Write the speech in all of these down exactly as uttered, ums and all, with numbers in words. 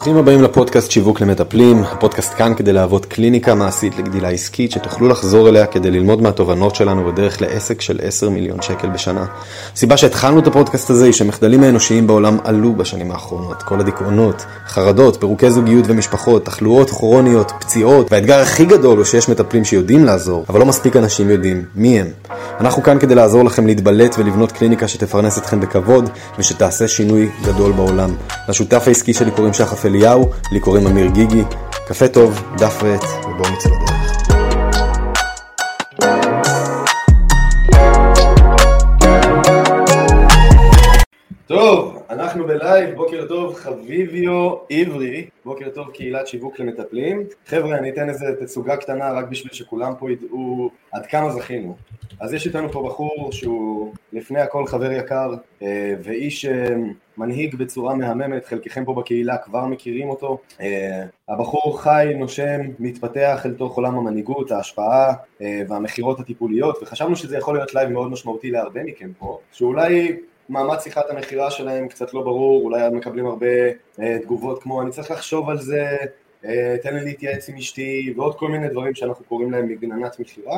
ברוכים הבאים לפודקאסט שיווק למטפלים. הפודקאסט כאן כדי להוות קליניקה מעשית לגדילה עסקית שתוכלו לחזור אליה כדי ללמוד מהתובנות שלנו בדרך לעסק של עשרה מיליון שקל בשנה. הסיבה שהתחלנו את הפודקאסט הזה היא שמחדלים האנושיים בעולם עלו בשנים האחרונות. כל הדיכאונות, חרדות, פירוקי זוגיות ומשפחות, תחלואות כרוניות, פציעות, והאתגר הכי גדול הוא שיש מטפלים שיודעים לעזור, אבל לא מספיק אנשים יודעים מי הם. אנחנו כאן כדי לעזור לכם להתבלט ולבנות קליניקה שתפרנס אתכם בכבוד ושתעשה שינוי גדול בעולם. לשותף העסקי שלי קוראים שחף אליהו, לי קוראים אמיר גיגי. קפה טוב, דף ועט, ובואו נצא לדרך. טוב, אנחנו בלייב, בוקר טוב חביביו עברי, בוקר טוב קהילת שיווק למטפלים. חבר'ה, אני אתן איזה תצוגה קטנה רק בשביל שכולם פה ידעו עד כמה זכינו. אז יש איתנו פה בחור שהוא לפני הכל חבר יקר ואיש מנהיג בצורה מהממת, חלקכם פה בקהילה כבר מכירים אותו. הבחור חי, נושם, מתפתח אל תוך עולם המנהיגות, ההשפעה והמחירות הטיפוליות, וחשבנו שזה יכול להיות לייב מאוד משמעותי להרבה מכם פה, שאולי מעמד שיחת המחירה שלהם קצת לא ברור, אולי מקבלים הרבה תגובות כמו אני צריך לחשוב על זה, תן לי להתייעץ עם אשתי, ועוד כל מיני דברים שאנחנו קוראים להם מגננת מחירה.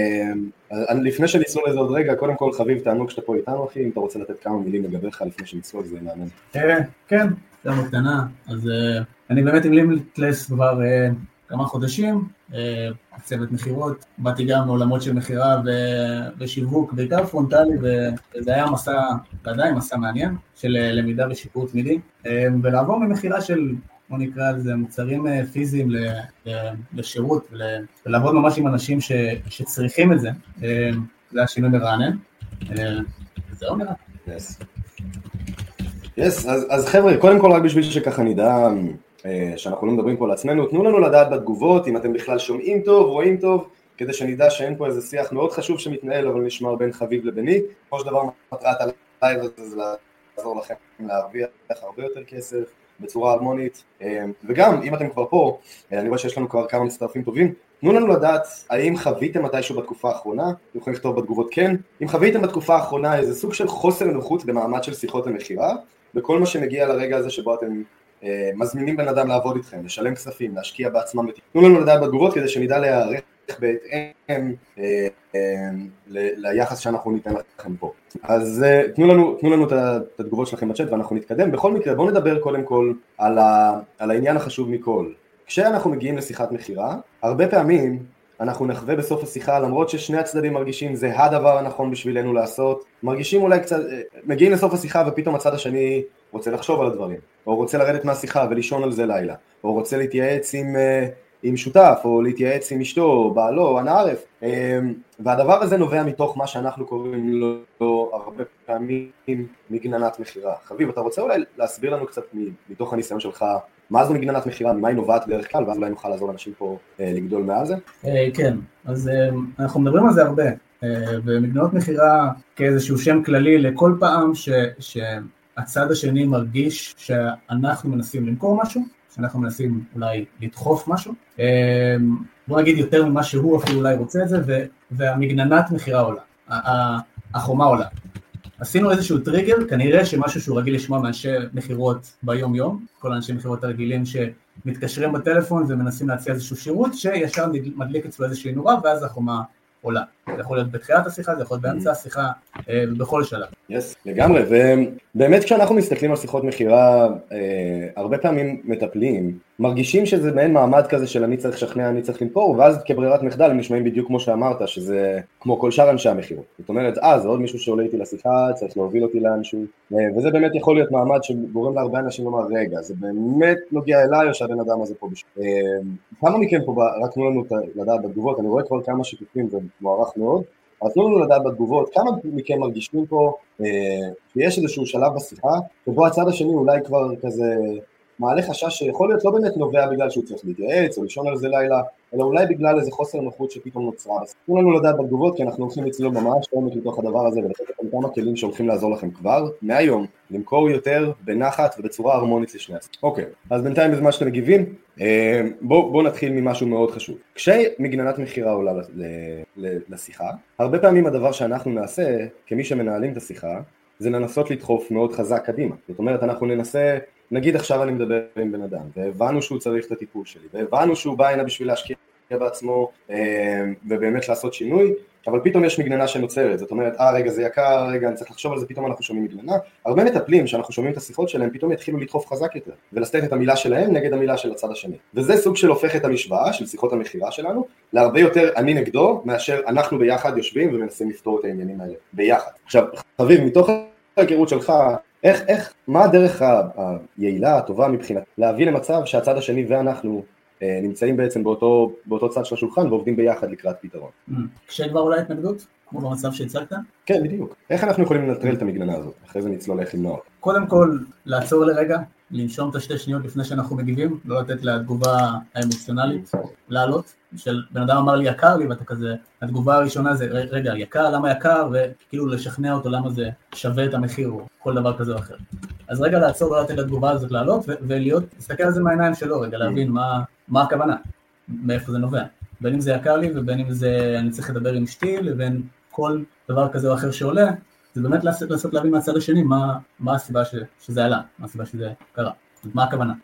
לפני שנצלול לזה עוד רגע, קודם כל חביב, תענוג שאתה פה איתנו אחי, אם אתה רוצה לתת כמה מילים לגביך לפני שנצלול, זה מעניין. כן, זה קטנה. אז אני באמת עם לימטלס כבר כמה חודשים, צוות מחירות, באתי גם מעולמות של מחירה ושיווק, בעיקר פרונטלי, וזה היה מסע, ועדיין מסע מעניין, של למידה ושיפור תמידי, ולעבור ממחירה של, בוא נקרא לזה, מוצרים פיזיים לשירות, ולעבוד ממש עם אנשים שצריכים את זה, זה היה שינוי מרענן, וזהו נראה. Yes. Yes, אז, אז חבר'ה, קודם כל רק בשביל שככה נדע, שאנחנו לא מדברים פה לעצמנו, תנו לנו לדעת בתגובות אם אתם בכלל שומעים טוב, רואים טוב, כדי שנדע שאין פה איזה שיח מאוד חשוב שמתנהל, אבל נשמר בין חביב לביני. כמו שדבר מטרת הלייב הזה זה לעזור לכם להרוויח הרבה יותר כסף בצורה הרמונית, וגם אם אתם כבר פה, אני רואה שיש לנו כבר כמה מצטרפים טובים, תנו לנו לדעת האם חוויתם מתישהו בתקופה האחרונה, אתם יכולים לכתוב בתגובות כן, אם חוויתם בתקופה האחרונה איזה סוג של חוסר נוחות במעמד של שיחות המחירה, בכל מה שמגיע לרגע הזה שבו אתם מזמינים בן אדם לעבוד איתכם, לשלם כספים, להשקיע בעצמם. תנו לנו לדעת בתגובות כדי שנדע להיערך בהתאם ליחס שאנחנו ניתן לכם פה. אז תנו לנו, תנו לנו את התגובות שלכם בצ'אט ואנחנו נתקדם. בכל מקרה, בואו נדבר קודם כל על, ה, על העניין החשוב מכל. כשאנחנו מגיעים לשיחת מחירה, הרבה פעמים אנחנו נחווה בסוף השיחה, למרות ששני הצדדים מרגישים זה הדבר הנכון בשבילנו לעשות, מרגישים אולי קצת, מגיעים לסוף השיחה ופתאום הצד השני רוצה לחשוב על הדברים, או רוצה לרדת מהשיחה ולישון על זה לילה, או רוצה להתייעץ עם, עם שותף, או להתייעץ עם אשתו, או בעלו, או הנערף, והדבר הזה נובע מתוך מה שאנחנו קוראים לו הרבה פעמים מגננת מחירה. חביב, אתה רוצה אולי להסביר לנו קצת מתוך הניסיון שלך, מה זו מגננת מחירה, ממה היא נובעת בדרך כלל, ואז אולי נוכל לעזור לאנשים פה לגדול מעל זה? כן, אז אנחנו מדברים על זה הרבה, ומגננות מחירה כאיזשהו שם כללי לכל פעם שהצד השני מרגיש שאנחנו מנסים למכור משהו, שאנחנו מנסים אולי לדחוף משהו, בוא נגיד יותר ממה שהוא אפילו אולי רוצה את זה, והמגננת מחירה עולה, החומה עולה. עשינו איזשהו טריגר, כנראה שמשהו שהוא רגיל לשמוע מאנשי מחירות ביום יום, כל האנשי מחירות הרגילים שמתקשרים בטלפון ומנסים להציע איזשהו שירות, שישר מדליק אצלו איזושהי נורה, ואז החומה עולה. זה יכול להיות בתחילת השיחה, זה יכול להיות באמצע השיחה, בכל שלב. Yes, לגמרי, ובאמת כשאנחנו מסתכלים על שיחות מחירה, הרבה פעמים מטפלים, מרגישים שזה מעין מעמד כזה של אני צריך לשכנע, אני צריך למכור, ואז כברירת מחדל הם נשמעים בדיוק כמו שאמרת, שזה כמו כל שאר אנשי המחירות. זאת אומרת, אה, זה עוד מישהו שעולה איתי לשיחה, צריך להוביל אותי לאנשהו, וזה באמת יכול להיות מעמד שגורם להרבה אנשים לומר, רגע, זה באמת נוגע אליי או שהבן אדם הזה פה בשביל. כמה מכם פה, רק תנו לנו לדעת בתגובות, אני רואה כבר כמה שיתופים ומוערך מאוד, אז תנו לנו לדעת בתגובות, כמה מכם מרגישים פה שיש איזשהו שלב בשיחה, ובו הצד השני אולי כבר כזה מעלה חשש שיכול להיות לא באמת נובע בגלל שהוא צריך להתייעץ או לישון על זה לילה, אלא אולי בגלל איזה חוסר נוחות שפתאום נוצרה. אז תנו לנו לדעת בתגובות, כי אנחנו הולכים לצלול ממש עומק לתוך הדבר הזה, ולתת לכם כמה כלים שהולכים לעזור לכם כבר, מהיום, למכור יותר בנחת ובצורה הרמונית לשני הצדדים. אוקיי, אז בינתיים בזמן שאתם מגיבים, בואו בוא נתחיל ממשהו מאוד חשוב. כשמגננת מחירה עולה לשיחה, הרבה פעמים הדבר שאנחנו נעשה, כמי שמנהלים את השיחה, זה לנסות לדחוף מאוד חזק קדימה. זאת אומרת, אנחנו ננסה נגיד עכשיו אני מדבר עם בן אדם, והבנו שהוא צריך את הטיפול שלי, והבנו שהוא בא הנה בשביל להשקיע בעצמו, ובאמת לעשות שינוי, אבל פתאום יש מגננה שנוצרת, זאת אומרת, אה רגע זה יקר, רגע אני צריך לחשוב על זה, פתאום אנחנו שומעים מגננה, הרבה מטפלים שאנחנו שומעים את השיחות שלהם, פתאום יתחילו לדחוף חזק יותר, ולסתת את המילה שלהם נגד המילה של הצד השני, וזה סוג של הופך את המשוואה של שיחות המחירה שלנו, להרבה יותר אני נגדו, מאשר אנחנו ביחד יושבים ומנסים לפתור את העניינים האלה ביחד. עכשיו, חביב, מתוך ההיכרות שלך, איך, איך, מה הדרך היעילה, הטובה מבחינת, להביא למצב שהצד השני ואנחנו נמצאים בעצם באותו, באותו צד של השולחן ועובדים ביחד לקראת פתרון. כשכבר אולי התנגדות, כמו במצב שהצגת? כן, בדיוק. איך אנחנו יכולים לנטרל את המגננה הזאת? אחרי זה נצלול איך למנוע. קודם כל, לעצור לרגע, לנשום את השתי שניות לפני שאנחנו מגיבים, לא לתת לתגובה האמוציונלית, לעלות, של בן אדם אמר לי יקר לי, ואתה כזה, התגובה הראשונה זה, רגע, יקר, למה יקר? וכאילו לשכנע אותו למה זה שווה את המחיר או כל דבר כזה או אחר. אז רגע לעצור, לא לתת לתגובה הזאת לעלות, ולהיות, להסתכל על זה מהעיניים שלו, רגע, להבין מה, מה הכוונה, מאיפה זה נובע. בין אם זה יקר לי, ובין אם זה, אני צריך לדבר עם אשתי, לבין כל דבר כזה או אחר שעולה, זה באמת לעשות, לעשות להבין מהצד השני, מה, מה הסיבה ש, שזה עלה, מה הסיבה שזה קרה, מה הכוונה.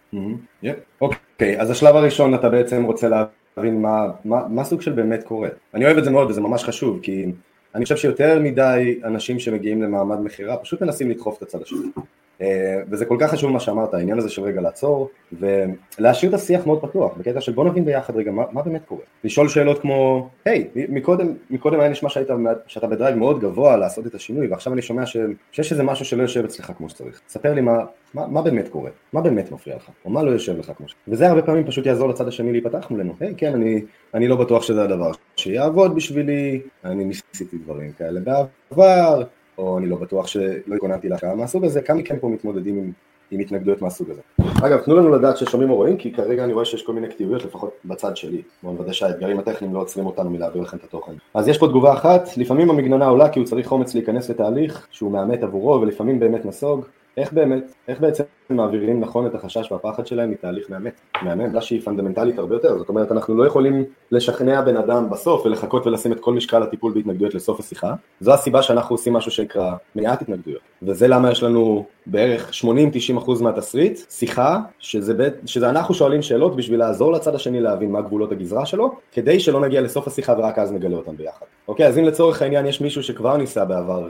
אוקיי, אז השלב הראשון אתה בעצם רוצה להבין מה, מה, מה סוג של באמת קורה. אני אוהב את זה מאוד וזה ממש חשוב, כי אני חושב שיותר מדי אנשים שמגיעים למעמד מחירה, פשוט מנסים לדחוף את הצד השני. וזה כל כך חשוב מה שאמרת, העניין הזה של רגע לעצור, ולהשאיר את השיח מאוד פתוח, בקטע של בוא נבין ביחד רגע, מה, מה באמת קורה? לשאול שאלות כמו, היי, מקודם, מקודם היה נשמע שהיית, שאתה בדרייב מאוד גבוה לעשות את השינוי, ועכשיו אני שומע שיש איזה משהו שלא יושב אצלך כמו שצריך. ספר לי מה, מה, מה באמת קורה, מה באמת מפריע לך, או מה לא יושב לך כמו שצריך. וזה הרבה פעמים פשוט יעזור לצד השני להיפתח מולנו. היי, כן, אני, אני לא בטוח שזה הדבר שיעבוד בשבילי, אני ניסיתי דברים כאלה בעבר, או אני לא בטוח שלא התכוננתי להשקעה מהסוג הזה, כמה מכם פה מתמודדים עם, עם התנגדויות מהסוג הזה. אגב, תנו לנו לדעת ששומעים או רואים, כי כרגע אני רואה שיש כל מיני כתיבויות, לפחות בצד שלי. בואו נוודא שהאתגרים הטכניים לא עוצרים אותנו מלהעביר לכם את התוכן. אז יש פה תגובה אחת, לפעמים המגננה עולה כי הוא צריך אומץ להיכנס לתהליך שהוא מאמת עבורו, ולפעמים באמת נסוג. איך באמת, איך בעצם מעבירים נכון את החשש והפחד שלהם מתהליך מאמת? מאמן, לה שהיא פונדמנטלית הרבה יותר, זאת אומרת, אנחנו לא יכולים לשכנע בן אדם בסוף ולחכות ולשים את כל משקל הטיפול בהתנגדויות לסוף השיחה. זו הסיבה שאנחנו עושים משהו שנקרא מניעת התנגדויות. וזה למה יש לנו בערך שמונים עד תשעים אחוז מהתסריט, שיחה, שזה, שזה אנחנו שואלים שאלות בשביל לעזור לצד השני להבין מה גבולות הגזרה שלו, כדי שלא נגיע לסוף השיחה ורק אז נגלה אותם ביחד. אוקיי, אז אם לצורך העניין יש מישהו שכבר ניסה בעבר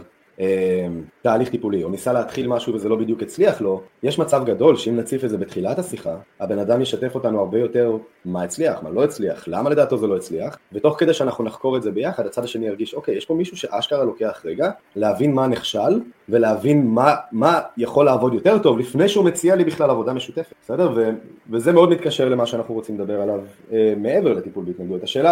תהליך טיפולי, או ניסה להתחיל משהו וזה לא בדיוק הצליח לו, יש מצב גדול שאם נציף את זה בתחילת השיחה, הבן אדם ישתף אותנו הרבה יותר מה הצליח, מה לא הצליח, למה לדעתו זה לא הצליח, ותוך כדי שאנחנו נחקור את זה ביחד, הצד השני ירגיש, אוקיי, יש פה מישהו שאשכרה לוקח רגע, להבין מה נכשל, ולהבין מה, מה יכול לעבוד יותר טוב, לפני שהוא מציע לי בכלל עבודה משותפת, בסדר? ו, וזה מאוד מתקשר למה שאנחנו רוצים לדבר עליו, אה, מעבר לטיפול בהתנגדויות. השאלה,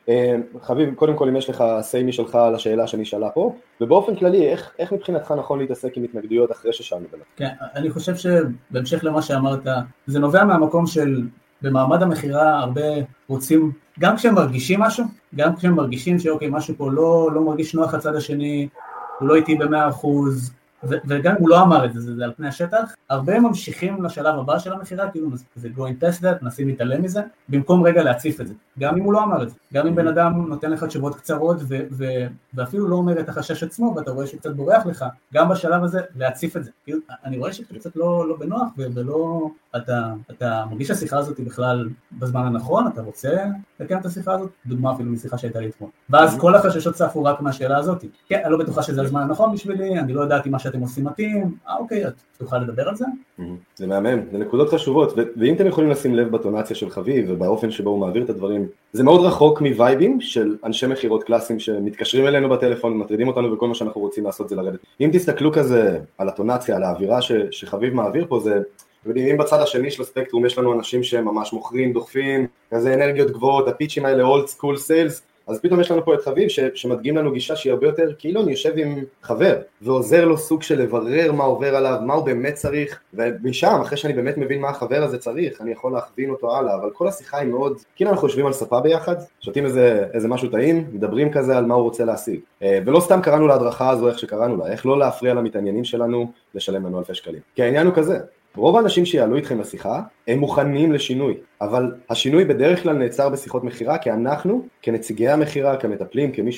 חביב, קודם כל אם יש לך סיימי שלך על השאלה שנשאלה פה, ובאופן כללי, איך, איך מבחינתך נכון להתעסק עם התנגדויות אחרי ששאלנו בלך? כן, אני חושב שבהמשך למה שאמרת, זה נובע מהמקום של, במעמד המחירה הרבה רוצים, גם כשהם מרגישים משהו, גם כשהם מרגישים שאוקיי, משהו פה לא, לא מרגיש נוח הצד השני, הוא לא איתי במאה אחוז, וגם הוא לא אמר את זה, זה, זה על פני השטח, הרבה ממשיכים לשלב הבא של המחירה, כאילו זה going past that, נסים להתעלם מזה, במקום רגע להציף את זה, גם אם הוא לא אמר את זה, גם אם בן אדם נותן לך תשובות קצרות, ו- ו- ואפילו לא אומר את החשש עצמו, ואתה רואה שקצת בורח לך, גם בשלב הזה להציף את זה, כאילו, אני רואה שאתה קצת לא, לא בנוח, ו- ולא, אתה, אתה מרגיש שהשיחה הזאת היא בכלל בזמן הנכון, אתה רוצה לקיים את השיחה הזאת, דוגמה אפילו משיחה שהייתה לי אתמול, ואז כל החששות צפו רק מהשאלה הזאת, כן, אני לא בטוחה שזה הזמן הנכון בשבילי, אני לא ידעתי מה שאתם עושים מתאים, אה אוקיי, את תוכל לדבר על זה? זה מהמם, זה נקודות חשובות, ואם אתם יכולים לשים לב בטונציה של חביב ובאופן שבו הוא מעביר את הדברים, זה מאוד רחוק מווייבים של אנשי מחירות קלאסיים שמתקשרים אלינו בטלפון, מטרידים אותנו וכל מה שאנחנו רוצים לעשות זה לרדת. אם תסתכלו כזה על הטונציה, על האווירה ש, שחביב מעביר פה, זה, אם בצד השני של הספקטרום יש לנו אנשים שממש מוכרים, דוחפים, כזה אנרגיות גבוהות, הפיצ'ים האלה, old school sales, אז פתאום יש לנו פה את חביב ש, שמדגים לנו גישה שהיא הרבה יותר, כאילו אני יושב עם חבר, ועוזר לו סוג של לברר מה עובר עליו, מה הוא באמת צריך, ומשם, אחרי שאני באמת מבין מה החבר הזה צריך, אני יכול להכווין אותו הלאה, אבל כל השיחה היא מאוד, כאילו אנחנו יושבים על ספה ביחד, שותים איזה, איזה משהו טעים, מדברים כזה על מה הוא רוצה להשיג, ולא סתם קראנו להדרכה הזו איך שקראנו לה, איך לא להפריע למתעניינים שלנו לשלם לנו אלפי שקלים, כי העניין הוא כזה, רוב האנשים שיעלו איתכם לשיחה, הם מוכנים לשינוי, אבל השינוי בדרך כלל נעצר בשיחות מחירה, כי אנחנו, כנציגי המחירה, כמטפלים, כמי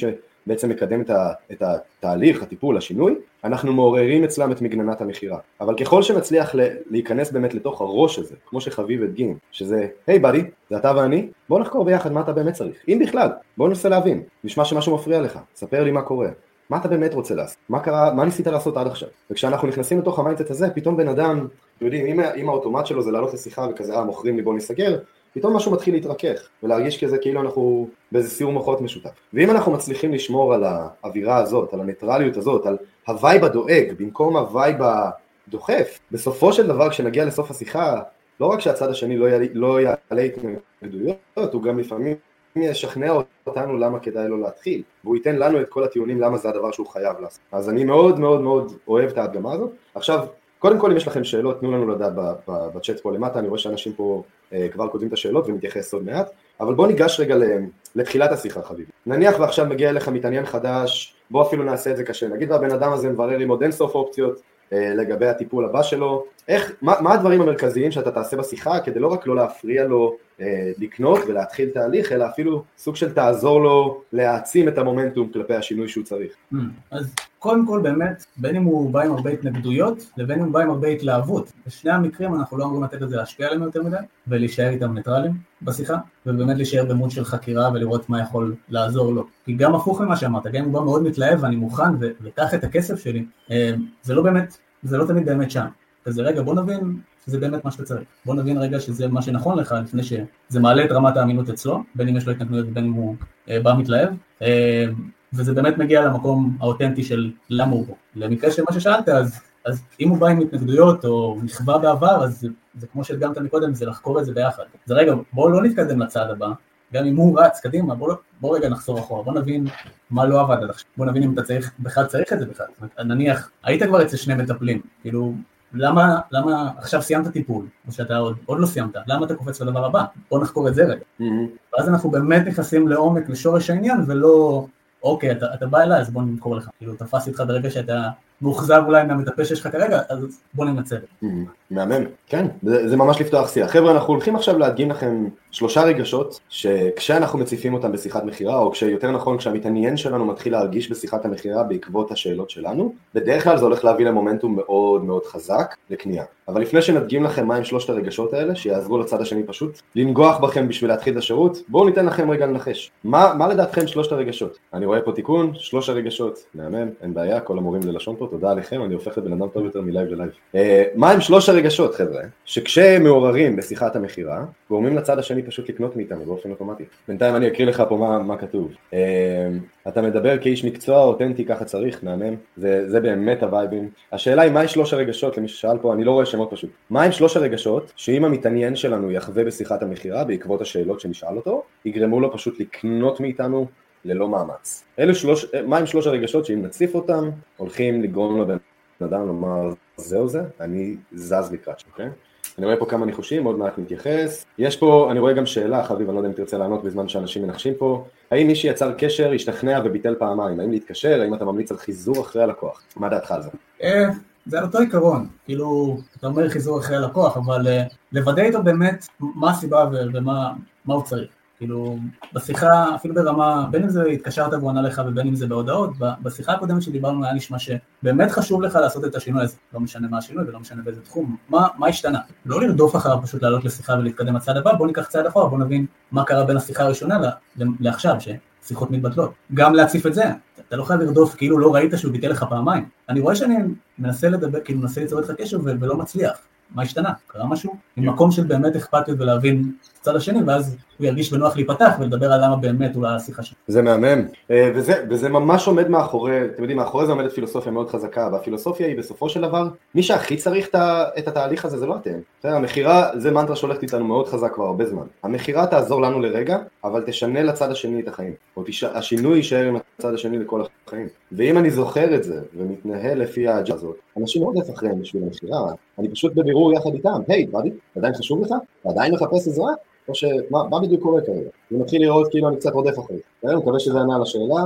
בעצם מקדם את, ה, את התהליך, הטיפול, השינוי, אנחנו מעוררים אצלם את מגננת המחירה. אבל ככל שנצליח להיכנס באמת לתוך הראש הזה, כמו שחביב הדגים, שזה, היי בדי, זה אתה ואני, בוא נחקור ביחד מה אתה באמת צריך. אם בכלל, בוא ננסה להבין, נשמע שמשהו מפריע לך, ספר לי מה קורה. מה אתה באמת רוצה לעשות? מה קרה, מה ניסית לעשות עד עכשיו? וכשאנחנו נכנסים לתוך המיינדסט הזה, פתאום בן אדם, אתם יודעים, אם, אם האוטומט שלו זה לעלות לשיחה וכזה, אה, מוכרים לי, בוא נסגר, פתאום משהו מתחיל להתרכך, ולהרגיש כזה כאילו אנחנו באיזה סיור מוחות משותף. ואם אנחנו מצליחים לשמור על האווירה הזאת, על הניטרליות הזאת, על הווייב הדואג, במקום הווייב הדוחף, בסופו של דבר כשנגיע לסוף השיחה, לא רק שהצד השני לא יעלה, לא יעלה התנגדויות, הוא גם לפעמים ישכנע אותנו למה כדאי לו להתחיל, והוא ייתן לנו את כל הטיעונים למה זה הדבר שהוא חייב לעשות. אז אני מאוד מאוד מאוד אוהב את ההדגמה הזאת. עכשיו, קודם כל אם יש לכם שאלות, תנו לנו לדעת בצ'אט פה למטה, אני רואה שאנשים פה אה, כבר כותבים את השאלות ונתייחס עוד מעט, אבל בוא ניגש רגע לתחילת השיחה חביבי. נניח ועכשיו מגיע אליך מתעניין חדש, בוא אפילו נעשה את זה קשה, נגיד והבן אדם הזה מברר עם עוד אין סוף אופציות אה, לגבי הטיפול הבא שלו, איך, מה, מה הדברים המרכזיים שאתה תעשה בשיחה כדי לא רק לא להפריע לו אה, לקנות ולהתחיל תהליך, אלא אפילו סוג של תעזור לו להעצים את המומנטום כלפי השינוי שהוא צריך. אז קודם כל באמת, בין אם הוא בא עם הרבה התנגדויות, לבין אם הוא בא עם הרבה התלהבות. בשני המקרים אנחנו לא אמורים לתת את זה להשפיע עליהם יותר מדי, ולהישאר איתם ניטרלים בשיחה, ובאמת להישאר במוד של חקירה ולראות מה יכול לעזור לו. כי גם הפוך ממה שאמרת, גם אם הוא בא מאוד מתלהב ואני מוכן וקח את הכסף שלי, זה לא באמת, זה לא תמיד באמת שם. אז רגע, בוא נבין שזה באמת מה שאתה צריך. בוא נבין רגע שזה מה שנכון לך, לפני שזה מעלה את רמת האמינות אצלו, בין אם יש לו התנגדויות ובין אם הוא אה, בא מתלהב, אה, וזה באמת מגיע למקום האותנטי של למה הוא פה. למקרה של מה ששאלת, אז, אז אם הוא בא עם התנגדויות או נכווה בעבר, אז זה, זה כמו שהדגמת מקודם, זה לחקור את זה ביחד. אז רגע, בוא לא נתקדם לצעד הבא, גם אם הוא רץ קדימה, בוא, בוא רגע נחזור אחורה, בוא נבין מה לא עבד עד עכשיו, בוא נבין אם אתה צריך, בכלל צריך את זה בכלל. נניח, היית כבר אצל שני מטפלים, כאילו, למה, למה עכשיו סיימת טיפול, או שאתה עוד, עוד לא סיימת, למה אתה קופץ לדבר הבא? בוא נחקור את זה רגע. Mm-hmm. ואז אנחנו באמת נכנסים לעומק, לשורש העניין, ולא, אוקיי, אתה, אתה בא אליי, אז בוא נמכור לך. כאילו, תפס איתך ברגע שאתה מאוכזב אולי מהמטפל שיש לך כרגע, אז בוא נמצא. Mm-hmm. מהמם, כן, זה, זה ממש לפתוח שיח. חבר'ה, אנחנו הולכים עכשיו להדגים לכם שלושה רגשות, שכשאנחנו מציפים אותם בשיחת מחירה, או כשיותר נכון, כשהמתעניין שלנו מתחיל להרגיש בשיחת המחירה בעקבות השאלות שלנו, בדרך כלל זה הולך להביא למומנטום מאוד מאוד חזק לקנייה. אבל לפני שנדגים לכם מהם שלושת הרגשות האלה, שיעזרו לצד השני פשוט, לנגוח בכם בשביל להתחיל את השירות, בואו ניתן לכם רגע לנחש. מה, מה לדעתכם שלושת הרגשות? אני רואה פה תיקון, שלושת הרגשות, מהמם, אין בעיה, כל המורים ללשון פה, תודה עליכם, אני הופך לבן אדם טוב יותר מלייב ללייב. אה, מה הם שלושת הרגשות, חבר'ה, שכשמעוררים בשיחת המחירה, גורמים לצד השני פשוט לקנות מאיתנו באופן אוטומטי. בינתיים אני אקריא לך פה מה, מה כתוב. אה, אתה מדבר כאיש מקצוע אותנטי, ככה צריך, מהמם, זה, זה באמת הווייבים. השאלה היא, מה הם שלושת הרגשות, למי ששאל פה, אני לא רואה שמות פשוט. מה הם שלושת הרגשות, שאם המתעניין שלנו יחווה בשיחת המחירה, בעקבות השאלות שנשאל אותו, יגרמו לו פשוט לקנות מאיתנו ללא מאמץ. אלו שלוש, מה הם שלושת הרגשות, שאם נציף אותם, הולכים לגרום לבן אדם לומר, זהו זה, אני זז לקראת, אוקיי? אני רואה פה כמה ניחושים, עוד מעט מתייחס. יש פה, אני רואה גם שאלה, חביב, אני לא יודע אם תרצה לענות בזמן שאנשים מנחשים פה. האם מי שיצר קשר, השתכנע וביטל פעמיים? האם להתקשר? האם אתה ממליץ על חיזור אחרי הלקוח? מה דעתך על זה? זה על אותו עיקרון. כאילו, אתה אומר חיזור אחרי הלקוח, אבל לוודא איתו באמת מה הסיבה ומה הוא צריך. כאילו, בשיחה, אפילו ברמה, בין אם זה התקשרת והוא ענה לך ובין אם זה בהודעות, בשיחה הקודמת שדיברנו היה נשמע שבאמת חשוב לך לעשות את השינוי הזה, לא משנה מה השינוי ולא משנה באיזה תחום, מה, מה השתנה? לא לרדוף אחריו פשוט לעלות לשיחה ולהתקדם לצד הבא, בוא ניקח צעד אחורה, בוא נבין מה קרה בין השיחה הראשונה לעכשיו, ששיחות מתבטלות. גם להציף את זה, אתה לא חייב לרדוף, כאילו לא ראית שהוא ביטל לך פעמיים. אני רואה שאני מנסה לדבר, כאילו מנסה ליצור איתך קשר ולא מצליח. מה השתנה? קרה משהו? עם מקום של באמת אכפתיות ולהבין צד השני, ואז הוא ירגיש בנוח להיפתח ולדבר על למה באמת אולי השיחה שלו. זה מהמם, וזה, וזה ממש עומד מאחורי, אתם יודעים, מאחורי זה עומדת פילוסופיה מאוד חזקה, והפילוסופיה היא בסופו של דבר, מי שהכי צריך את התהליך הזה זה לא אתם. המחירה, זה מנטרה שהולכת איתנו מאוד חזק כבר הרבה זמן. המחירה תעזור לנו לרגע, אבל תשנה לצד השני את החיים. או תש... השינוי יישאר עם הצד השני לכל החיים. ואם אני זוכר את זה, ומתנהל לפי האג'ה הזאת, אנשים מאוד לפחרים בשביל המחירה. אני פשוט בבירור יחד איתם, היי, דודי, עדיין חשוב לך? עדיין מחפש עזרה? או שמה, מה בדיוק קורה כרגע? אני מתחיל לראות כאילו אני קצת רודף אחרי. אני מקווה שזה ענה על השאלה,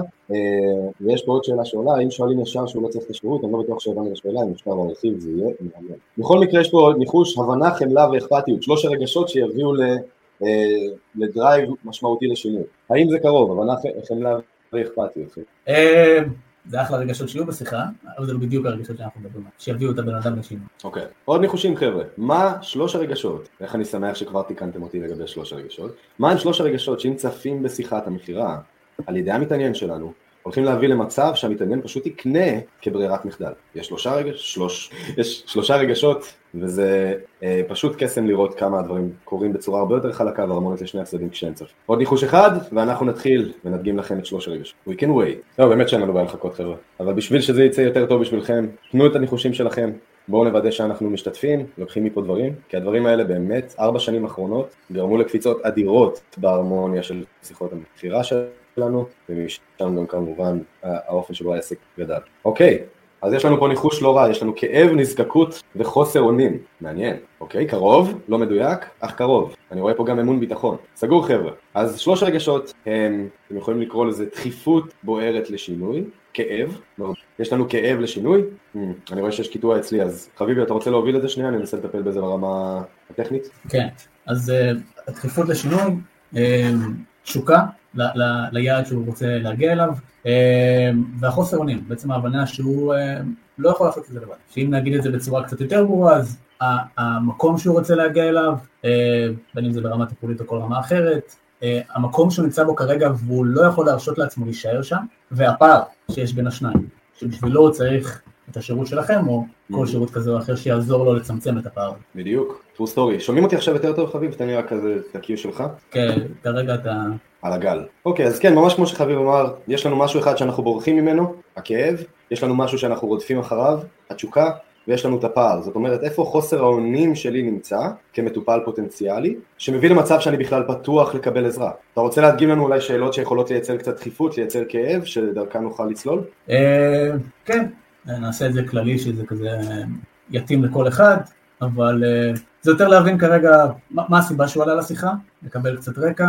ויש פה עוד שאלה שעולה, אם שואלים ישר שהוא לא צריך את השירות, אני לא בטוח שהבנו לשאלה, אם אפשר להרחיב זה יהיה מעניין. בכל מקרה יש פה ניחוש, הבנה, חמלה ואכפתיות, שלוש הרגשות שיביאו לדרייב משמעותי לשינוי. האם זה קרוב? הבנה, חמלה אכפתיות. זה אחלה רגשות שיהיו בשיחה, אבל זה לא בדיוק הרגשות שאנחנו מדברים, שיביאו את הבן אדם לשינוי. אוקיי, עוד ניחושים חבר'ה, מה שלוש הרגשות, איך אני שמח שכבר תיקנתם אותי לגבי שלוש הרגשות, מה הם שלוש הרגשות שאם צפים בשיחת המכירה, על ידי המתעניין שלנו, הולכים להביא למצב שהמתעניין פשוט יקנה כברירת מחדל. יש שלושה רגש, שלוש, יש שלושה רגשות, וזה אה, פשוט קסם לראות כמה הדברים קורים בצורה הרבה יותר חלקה והרמונית לשני הצדדים כשהם צפים. עוד ניחוש אחד, ואנחנו נתחיל ונדגים לכם את שלוש הרגשות. We can wait. לא, באמת שאין לנו בעיה לחכות חבר'ה. אבל בשביל שזה יצא יותר טוב בשבילכם, תנו את הניחושים שלכם. בואו נוודא שאנחנו משתתפים, לוקחים מפה דברים, כי הדברים האלה באמת, ארבע שנים אחרונות, גרמו לקפיצות אדירות בהרמוניה של שיחות המכירה שלנו, ומשם גם כמובן האופן שבו העסק גדל. אוקיי, אז יש לנו פה ניחוש לא רע, יש לנו כאב, נזקקות וחוסר אונים. מעניין, אוקיי, קרוב, לא מדויק, אך קרוב. אני רואה פה גם אמון ביטחון. סגור חבר'ה. אז שלוש הרגשות הם, אתם יכולים לקרוא לזה דחיפות בוערת לשינוי, כאב, יש לנו כאב לשינוי, אני רואה שיש קיטוע אצלי, אז חביבי, אתה רוצה להוביל את זה שנייה? אני אנסה לטפל בזה ברמה הטכנית. כן, אז הדחיפות לשינוי, תשוקה ליעד שהוא רוצה להגיע אליו, והחוסר אונים, בעצם ההבנה שהוא לא יכול לעשות את זה לבד. שאם נגיד את זה בצורה קצת יותר ברורה, אז המקום שהוא רוצה להגיע אליו, בין אם זה ברמה טיפולית או כל רמה אחרת, המקום שהוא נמצא בו כרגע והוא לא יכול להרשות לעצמו להישאר שם, והפער שיש בין השניים, שבשבילו הוא צריך את השירות שלכם או כל שירות כזה או אחר שיעזור לו לצמצם את הפער. בדיוק, true story. שומעים אותי עכשיו יותר טוב חביב? תן לי רק כזה את הקיו שלך. כן, כרגע אתה... על הגל. אוקיי, אז כן, ממש כמו שחביב אמר, יש לנו משהו אחד שאנחנו בורחים ממנו, הכאב, יש לנו משהו שאנחנו רודפים אחריו, התשוקה, ויש לנו את הפער. זאת אומרת, איפה חוסר האונים שלי נמצא כמטופל פוטנציאלי, שמביא למצב שאני בכלל פתוח לקבל עזרה. אתה רוצה להדגים לנו אולי שאלות שיכולות לייצר קצת דחיפות, לייצר כאב, שדרכן נוכל לצלול? כן, נעשה את זה כללי, שזה כזה יתאים לכל אחד, אבל זה יותר להבין כרגע מה הסיבה שהוא עלה לשיחה, לקבל קצת רקע,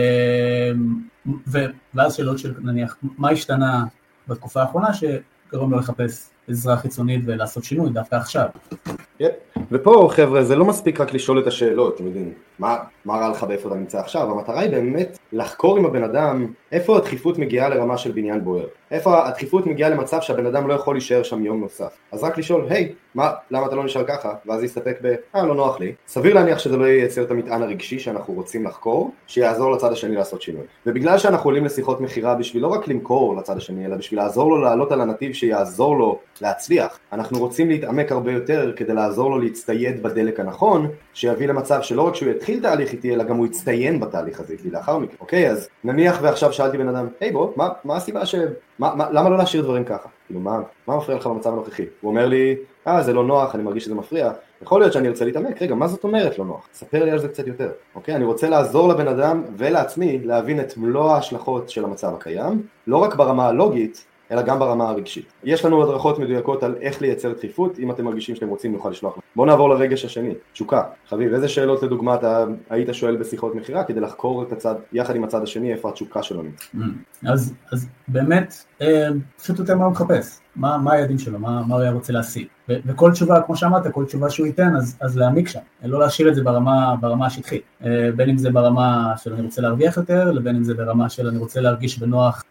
ואז שאלות של נניח, מה השתנה בתקופה האחרונה שגרום לו לחפש עזרה חיצונית ולעשות שינוי דווקא עכשיו. Yep. ופה חבר'ה זה לא מספיק רק לשאול את השאלות, אתם יודעים, מה, מה רע לך באיפה אתה נמצא עכשיו, המטרה היא באמת לחקור עם הבן אדם איפה הדחיפות מגיעה לרמה של בניין בוער, איפה הדחיפות מגיעה למצב שהבן אדם לא יכול להישאר שם יום נוסף, אז רק לשאול, היי, מה, למה אתה לא נשאר ככה, ואז יסתפק ב, אה, לא נוח לי, סביר להניח שזה לא ייצר את המטען הרגשי שאנחנו רוצים לחקור, שיעזור לצד השני לעשות שינוי, ובגלל שאנחנו עולים לשיחות מחירה בשביל לא רק למכור לצד השני, אלא בשביל לעזור לו לעלות על הנתיב שיעזור לו להצליח, אנחנו רוצים להתעמק הרבה יותר כדי לעזור לו להצטייד בדלק הנכון, שיביא למצב שלא רק שהוא יתחיל תהליך איתי, אלא גם הוא יצטיין בתהליך הזה איתי לאחר מכן. אוקיי, אז נניח ועכשיו שאלתי בן אדם, היי בוא, מה, מה הסיבה ש... מה, מה, למה לא להשאיר דברים ככה? כאילו, מה, מה מפריע לך במצב הנוכחי? הוא אומר לי, אה, זה לא נוח, אני מרגיש שזה מפריע. יכול להיות שאני ארצה להתעמק, רגע, מה זאת אומרת לא נוח? ספר לי על זה קצת יותר. אוקיי, אני רוצה לעזור לבן אדם ולעצמי להבין את מלוא ההשלכות של המצב הקיים, לא רק ברמה הלוגית, אלא גם ברמה הרגשית. יש לנו הדרכות מדויקות על איך לייצר דחיפות, אם אתם מרגישים שאתם רוצים נוכל לשלוח לכם. בואו נעבור לרגש השני, תשוקה. חביב, איזה שאלות לדוגמה אתה היית שואל בשיחות מחירה, כדי לחקור את הצד, יחד עם הצד השני, איפה התשוקה שלו נמצא? אז, אז באמת, פשוט יותר מה הוא מחפש, מה, מה היעדים שלו, מה, מה הוא היה רוצה להשיג. ו- וכל תשובה, כמו שאמרת, כל תשובה שהוא ייתן, אז, אז להעמיק שם, לא להשאיר את זה ברמה, ברמה השטחית. בין אם זה ברמה של אני רוצה להרוויח יותר, לבין אם זה ברמה של אני רוצה להרגיש בנוח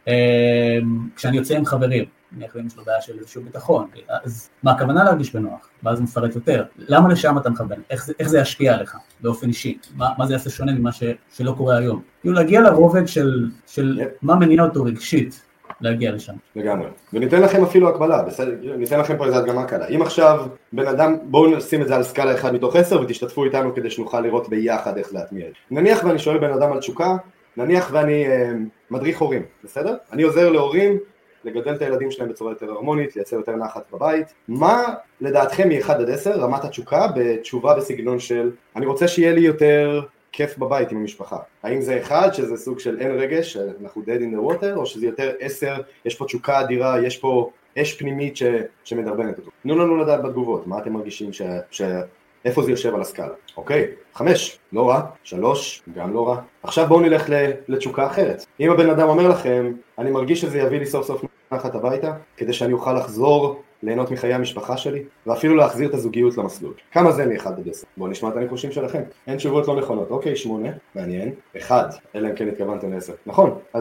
כשאני יוצא עם חברים. אני יכול יש לו בעיה של איזשהו ביטחון, אז מה הכוונה להרגיש בנוח? ואז מפרט יותר. למה לשם אתה מכוון? איך זה, איך זה ישפיע עליך באופן אישי? מה, מה זה יעשה שונה ממה ש, שלא קורה היום? כאילו להגיע לרובד של, של מה מניע אותו רגשית להגיע לשם. לגמרי. וניתן לכם אפילו הקבלה, בסדר? ניתן לכם פה איזה הדגמה קלה. אם עכשיו בן אדם, בואו נשים את זה על סקאלה אחד מתוך עשר ותשתתפו איתנו כדי שנוכל לראות ביחד איך להטמיע. נניח ואני שואל בן אדם על תשוקה, נניח ואני אה, מדריך הורים, בסדר? אני עוזר להורים לגדל את הילדים שלהם בצורה יותר הרמונית, לייצר יותר נחת בבית. מה לדעתכם מ-אחד עד עשר רמת התשוקה בתשובה בסגנון של אני רוצה שיהיה לי יותר כיף בבית עם המשפחה? האם זה אחד שזה סוג של אין רגש, אנחנו dead in the water, או שזה יותר עשר, יש פה תשוקה אדירה, יש פה אש פנימית ש... שמדרבנת אותו? תנו לנו לדעת בתגובות, מה אתם מרגישים ש... ש... איפה זה יושב על הסקאלה? אוקיי, חמש, לא רע, שלוש, גם לא רע. עכשיו בואו נלך לתשוקה אחרת. אם הבן אדם אומר לכם, אני מרגיש שזה יביא לי סוף סוף נחת הביתה, כדי שאני אוכל לחזור ליהנות מחיי המשפחה שלי, ואפילו להחזיר את הזוגיות למסלול. כמה זה מאחד עד עשר? בואו נשמע את הניחושים שלכם. אין תשובות לא נכונות. אוקיי, שמונה, מעניין. אחד, אלא אם כן התכוונתם לעשר. נכון, אז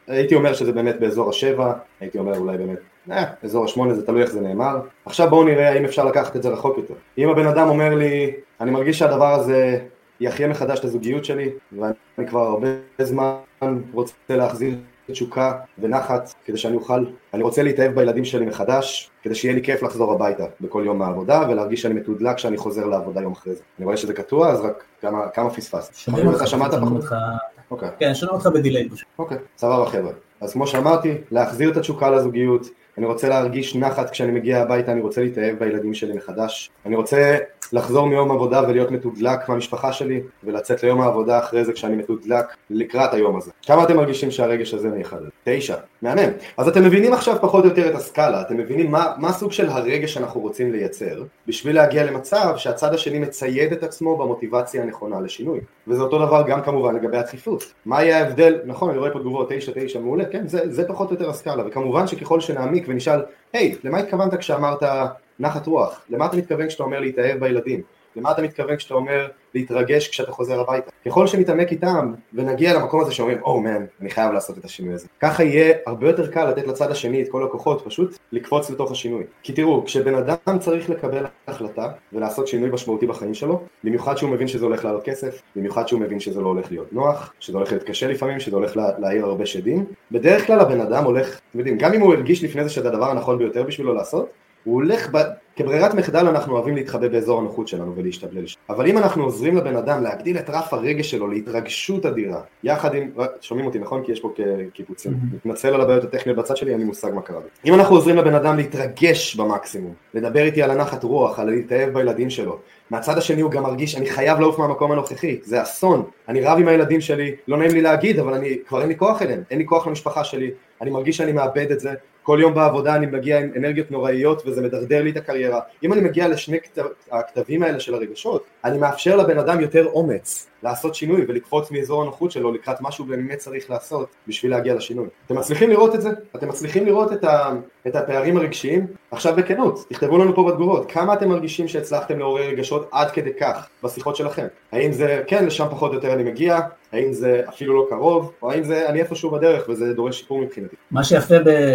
הייתי אומר שזה באמת באזור השבע, הייתי אומר אולי באמת, אה, אזור השמונה, זה תלוי איך זה נאמר. עכשיו בואו נראה האם אפשר לקחת את זה רחוק יותר. אם הבן אדם אומר לי, אני מרגיש שהדבר הזה יחיה מחדש את הזוגיות שלי, ואני כבר הרבה זמן רוצה להחזיר תשוקה ונחת כדי שאני אוכל, אני רוצה להתאהב בילדים שלי מחדש, כדי שיהיה לי כיף לחזור הביתה בכל יום מהעבודה, ולהרגיש שאני מתודלק כשאני חוזר לעבודה יום אחרי זה. אני רואה שזה קטוע, אז רק כמה, כמה פספס. שומעים אותך, שומעים אותך. אוקיי. כן, שומעים אותך בדיליי. אוקיי, סבבה חבר'ה. אז כמו שאמרתי, להחזיר את התשוקה לזוגיות, אני רוצה להרגיש נחת כשאני מגיע הביתה, אני רוצה להתאהב בילדים שלי מחדש, אני רוצה לחזור מיום עבודה ולהיות מתודלק מהמשפחה שלי, ולצאת ליום העבודה אחרי זה כשאני מתודלק לקראת היום הזה. כמה אתם מרגישים שהרגש הזה נייחד? תשע. מהמם. אז אתם מבינים עכשיו פחות או יותר את הסקאלה, אתם מבינים מה, מה סוג של הרגש שאנחנו רוצים לייצר, בשביל להגיע למצב שהצד השני מצייד את עצמו במוטיבציה הנכונה לשינוי. וזה אותו דבר גם כמובן לגבי הדחיפות. מה יהיה ההבדל? נכון, אני רואה פה תגובות תשע, תשע, מעולה, כן, זה, זה פחות או יותר הסקאלה, וכמובן שככל שנעמיק ונשאל, היי, למה התכוונת כשאמרת נחת רוח? למה אתה מתכוון כשאתה אומר להתאהב בילדים? למה אתה מתכוון כשאתה אומר להתרגש כשאתה חוזר הביתה? ככל שנתעמק איתם ונגיע למקום הזה שאומרים, או מן, אני חייב לעשות את השינוי הזה. ככה יהיה הרבה יותר קל לתת לצד השני את כל הכוחות, פשוט לקפוץ לתוך השינוי. כי תראו, כשבן אדם צריך לקבל החלטה ולעשות שינוי משמעותי בחיים שלו, במיוחד שהוא מבין שזה הולך לעלות כסף, במיוחד שהוא מבין שזה לא הולך להיות נוח, שזה הולך להיות קשה לפעמים, שזה הולך לה, להעיר הרבה שדים, בדרך כלל הבן אדם הולך, אתם יודעים, גם אם הוא הרגיש לפני זה שזה הדבר הנכון ביותר בשבילו לעשות, הוא הולך, ב... כברירת מחדל אנחנו אוהבים להתחבא באזור הנוחות שלנו ולהשתבלל. אבל אם אנחנו עוזרים לבן אדם להגדיל את רף הרגש שלו להתרגשות אדירה, יחד עם, שומעים אותי נכון? כי יש פה קיפוצים. מתנצל על הבעיות הטכניות בצד שלי, אין לי מושג מה קרה. אם אנחנו עוזרים לבן אדם להתרגש במקסימום, לדבר איתי על הנחת רוח, על להתאהב בילדים שלו, מהצד השני הוא גם מרגיש, אני חייב לעוף מהמקום הנוכחי, זה אסון, אני רב עם הילדים שלי, לא נעים לי להגיד, אבל אני, כבר אין לי כוח אליהם, אין לי כוח למשפחה שלי, אני מרגיש שאני מאבד את זה, כל יום בעבודה אני מגיע עם אנרגיות נוראיות וזה מדרדר לי את הקריירה. אם אני מגיע לשני כתב, הכתבים האלה של הרגשות, אני מאפשר לבן אדם יותר אומץ לעשות שינוי ולקפוץ מאזור הנוחות שלו לקראת משהו באמת צריך לעשות בשביל להגיע לשינוי. אתם מצליחים לראות את זה? אתם מצליחים לראות את, ה, את הפערים הרגשיים? עכשיו בכנות, תכתבו לנו פה בתגובות, כמה אתם מרגישים שהצלחתם לעורר רגשות עד כדי כך בשיחות שלכם? האם זה, כן, לשם פחות או יותר אני מגיע, האם זה אפילו לא קרוב, או האם זה אני איפשהו בדרך וזה דורש שיפור מבחינתי? מה שיפה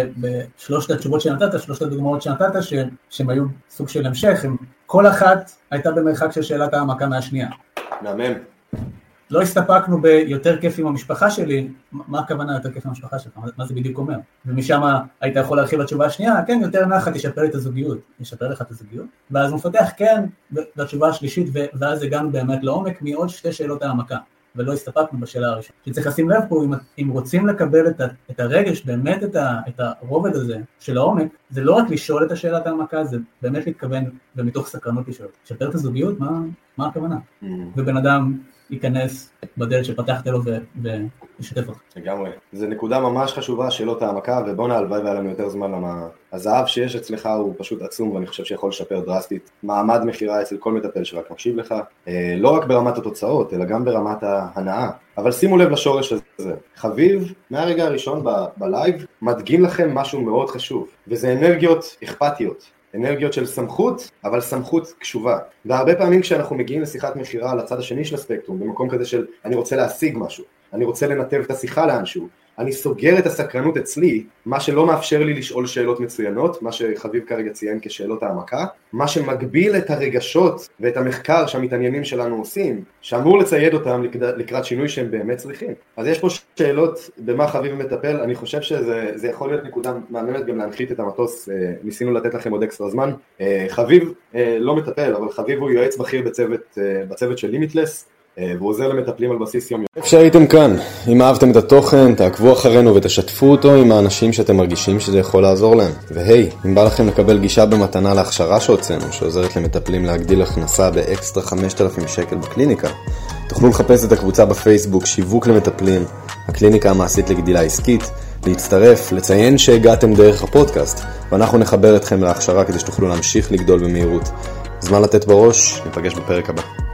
בשלושת התשובות שנתת, שלושת הדוגמאות שנתת, שהם היו סוג של המשך, כל אחת הייתה במרחק של שאלת העמקה מהשנייה. מהמם. לא הסתפקנו ביותר כיף עם המשפחה שלי, מה הכוונה יותר כיף עם המשפחה שלך? מה זה בדיוק אומר? ומשם היית יכול להרחיב לתשובה השנייה, כן, יותר נחת ישפר את הזוגיות, ישפר לך את הזוגיות, ואז מפתח כן, לתשובה השלישית, ואז הגענו באמת לעומק מעוד שתי שאלות העמקה, ולא הסתפקנו בשאלה הראשונה. שצריך לשים לב פה, אם, אם רוצים לקבל את, ה, את הרגש, באמת את, ה, את הרובד הזה של העומק, זה לא רק לשאול את השאלת העמקה, זה באמת להתכוון, ומתוך סקרנות לשאול. ישפר את הזוגיות, מה, מה הכוונה? Mm. ובן אדם ייכנס בדלת שפתחת לו וישתף אותך. לגמרי. זו נקודה ממש חשובה, שאלות העמקה, ובוא נעלוואי והיה לנו יותר זמן למה הזהב שיש אצלך הוא פשוט עצום, ואני חושב שיכול לשפר דרסטית מעמד מחירה אצל כל מטפל שרק מקשיב לך, לא רק ברמת התוצאות, אלא גם ברמת ההנאה. אבל שימו לב לשורש הזה. חביב, מהרגע הראשון ב- בלייב, מדגים לכם משהו מאוד חשוב, וזה אנרגיות אכפתיות. אנרגיות של סמכות, אבל סמכות קשובה. והרבה פעמים כשאנחנו מגיעים לשיחת מחירה על הצד השני של הספקטרום, במקום כזה של אני רוצה להשיג משהו, אני רוצה לנתב את השיחה לאנשהו, אני סוגר את הסקרנות אצלי, מה שלא מאפשר לי לשאול שאלות מצוינות, מה שחביב כרגע ציין כשאלות העמקה, מה שמגביל את הרגשות ואת המחקר שהמתעניינים שלנו עושים, שאמור לצייד אותם לקראת שינוי שהם באמת צריכים. אז יש פה שאלות במה חביב מטפל, אני חושב שזה יכול להיות נקודה מעניינת גם להנחית את המטוס, ניסינו לתת לכם עוד אקסטרה זמן. חביב לא מטפל, אבל חביב הוא יועץ בכיר בצוות, בצוות של לימיטלס, והוא עוזר למטפלים על בסיס יום. איפה שהייתם כאן, אם אהבתם את התוכן, תעקבו אחרינו ותשתפו אותו עם האנשים שאתם מרגישים שזה יכול לעזור להם. והי, אם בא לכם לקבל גישה במתנה להכשרה שהוצאנו, שעוזרת למטפלים להגדיל הכנסה באקסטרה חמשת אלפים שקל בקליניקה, תוכלו לחפש את הקבוצה בפייסבוק, שיווק למטפלים, הקליניקה המעשית לגדילה עסקית, להצטרף, לציין שהגעתם דרך הפודקאסט, ואנחנו נחבר אתכם להכשרה כדי שתוכלו להמשיך לגדול במהירות. זמן לתת בראש, ניפגש בפרק הבא.